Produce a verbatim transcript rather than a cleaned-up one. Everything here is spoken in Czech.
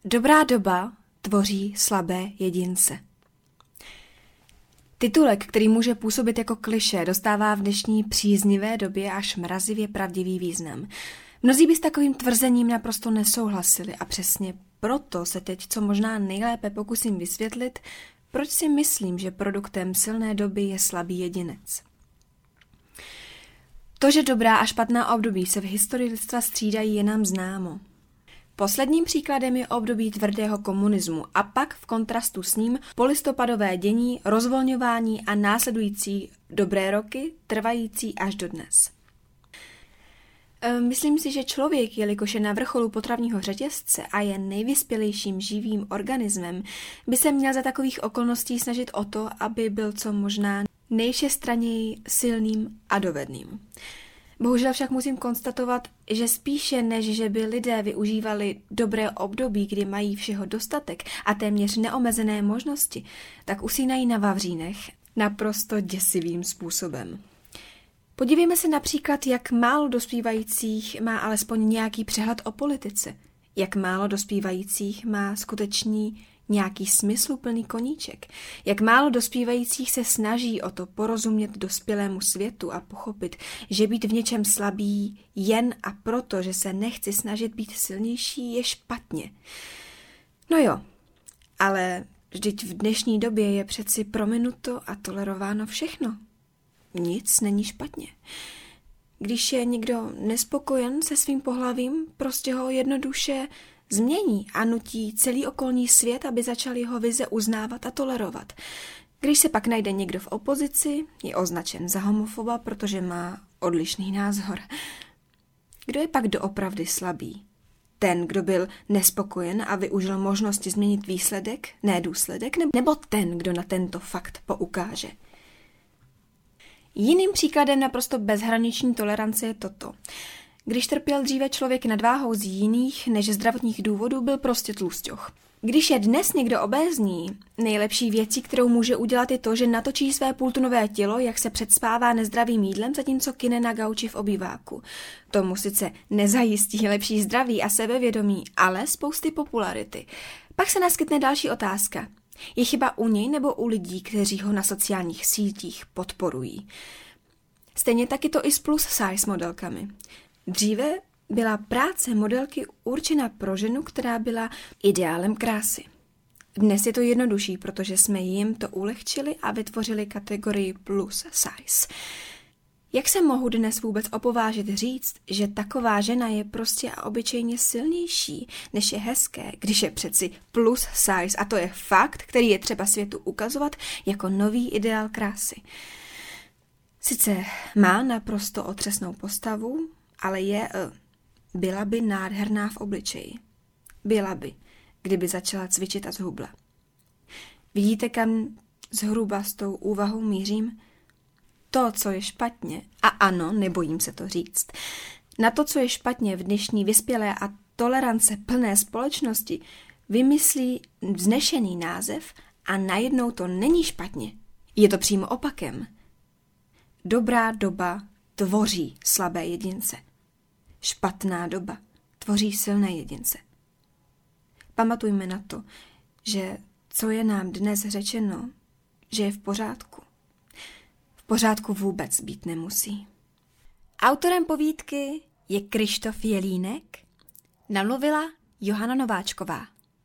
Dobrá doba tvoří slabé jedince. Titulek, který může působit jako klišé, dostává v dnešní příznivé době až mrazivě pravdivý význam. Mnozí by s takovým tvrzením naprosto nesouhlasili a přesně proto se teď co možná nejlépe pokusím vysvětlit, proč si myslím, že produktem silné doby je slabý jedinec. To, že dobrá a špatná období se v historii lidstva střídají, je nám známo. Posledním příkladem je období tvrdého komunismu a pak v kontrastu s ním polistopadové dění, rozvolňování a následující dobré roky, trvající až dodnes. Myslím si, že člověk, jelikož je na vrcholu potravního řetězce a je nejvyspělejším živým organismem, by se měl za takových okolností snažit o to, aby byl co možná nejvšestranněji silným a dovedným. Bohužel však musím konstatovat, že spíše než že by lidé využívali dobré období, kdy mají všeho dostatek a téměř neomezené možnosti, tak usínají na vavřínech naprosto děsivým způsobem. Podívejme se například, jak málo dospívajících má alespoň nějaký přehled o politice, jak málo dospívajících má skutečný nějaký smysluplný koníček, jak málo dospívajících se snaží o to porozumět dospělému světu a pochopit, že být v něčem slabý jen a proto, že se nechci snažit být silnější, je špatně. No jo, ale vždyť v dnešní době je přeci prominuto a tolerováno všechno. Nic není špatně. Když je někdo nespokojen se svým pohlavím, prostě ho jednoduše změní a nutí celý okolní svět, aby začal jeho vize uznávat a tolerovat. Když se pak najde někdo v opozici, je označen za homofoba, protože má odlišný názor. Kdo je pak doopravdy slabý? Ten, kdo byl nespokojen a využil možnosti změnit výsledek, ne důsledek, nebo ten, kdo na tento fakt poukáže? Jiným příkladem naprosto bezhraniční tolerance je toto. Když trpěl dříve člověk nadváhou z jiných než zdravotních důvodů, byl prostě tlusťoch. Když je dnes někdo obézní, nejlepší věcí, kterou může udělat, je to, že natočí své půltunové tělo, jak se předspává nezdravým jídlem, zatímco kyne na gauči v obýváku. Tomu sice nezajistí lepší zdraví a sebevědomí, ale spousty popularity. Pak se naskytne další otázka. Je chyba u něj nebo u lidí, kteří ho na sociálních sítích podporují? Stejně taky to i s plus size modelkami. Dříve byla práce modelky určena pro ženu, která byla ideálem krásy. Dnes je to jednodušší, protože jsme jim to ulehčili a vytvořili kategorii plus size. Jak se mohu dnes vůbec opovážit říct, že taková žena je prostě a obyčejně silnější, než je hezké, když je přeci plus size a to je fakt, který je třeba světu ukazovat jako nový ideál krásy. Sice má naprosto otřesnou postavu, ale je, byla by nádherná v obličeji. Byla by, kdyby začala cvičit a zhubla. Vidíte, kam zhruba s tou úvahou mířím? To, co je špatně, a ano, nebojím se to říct, na to, co je špatně v dnešní vyspělé a tolerance plné společnosti, vymyslí vznešený název a najednou to není špatně. Je to přímo opakem. Dobrá doba tvoří slabé jedince. Špatná doba tvoří silné jedince. Pamatujme na to, že co je nám dnes řečeno, že je v pořádku. V pořádku vůbec být nemusí. Autorem povídky je Kryštof Jelínek, namluvila Johana Nováčková.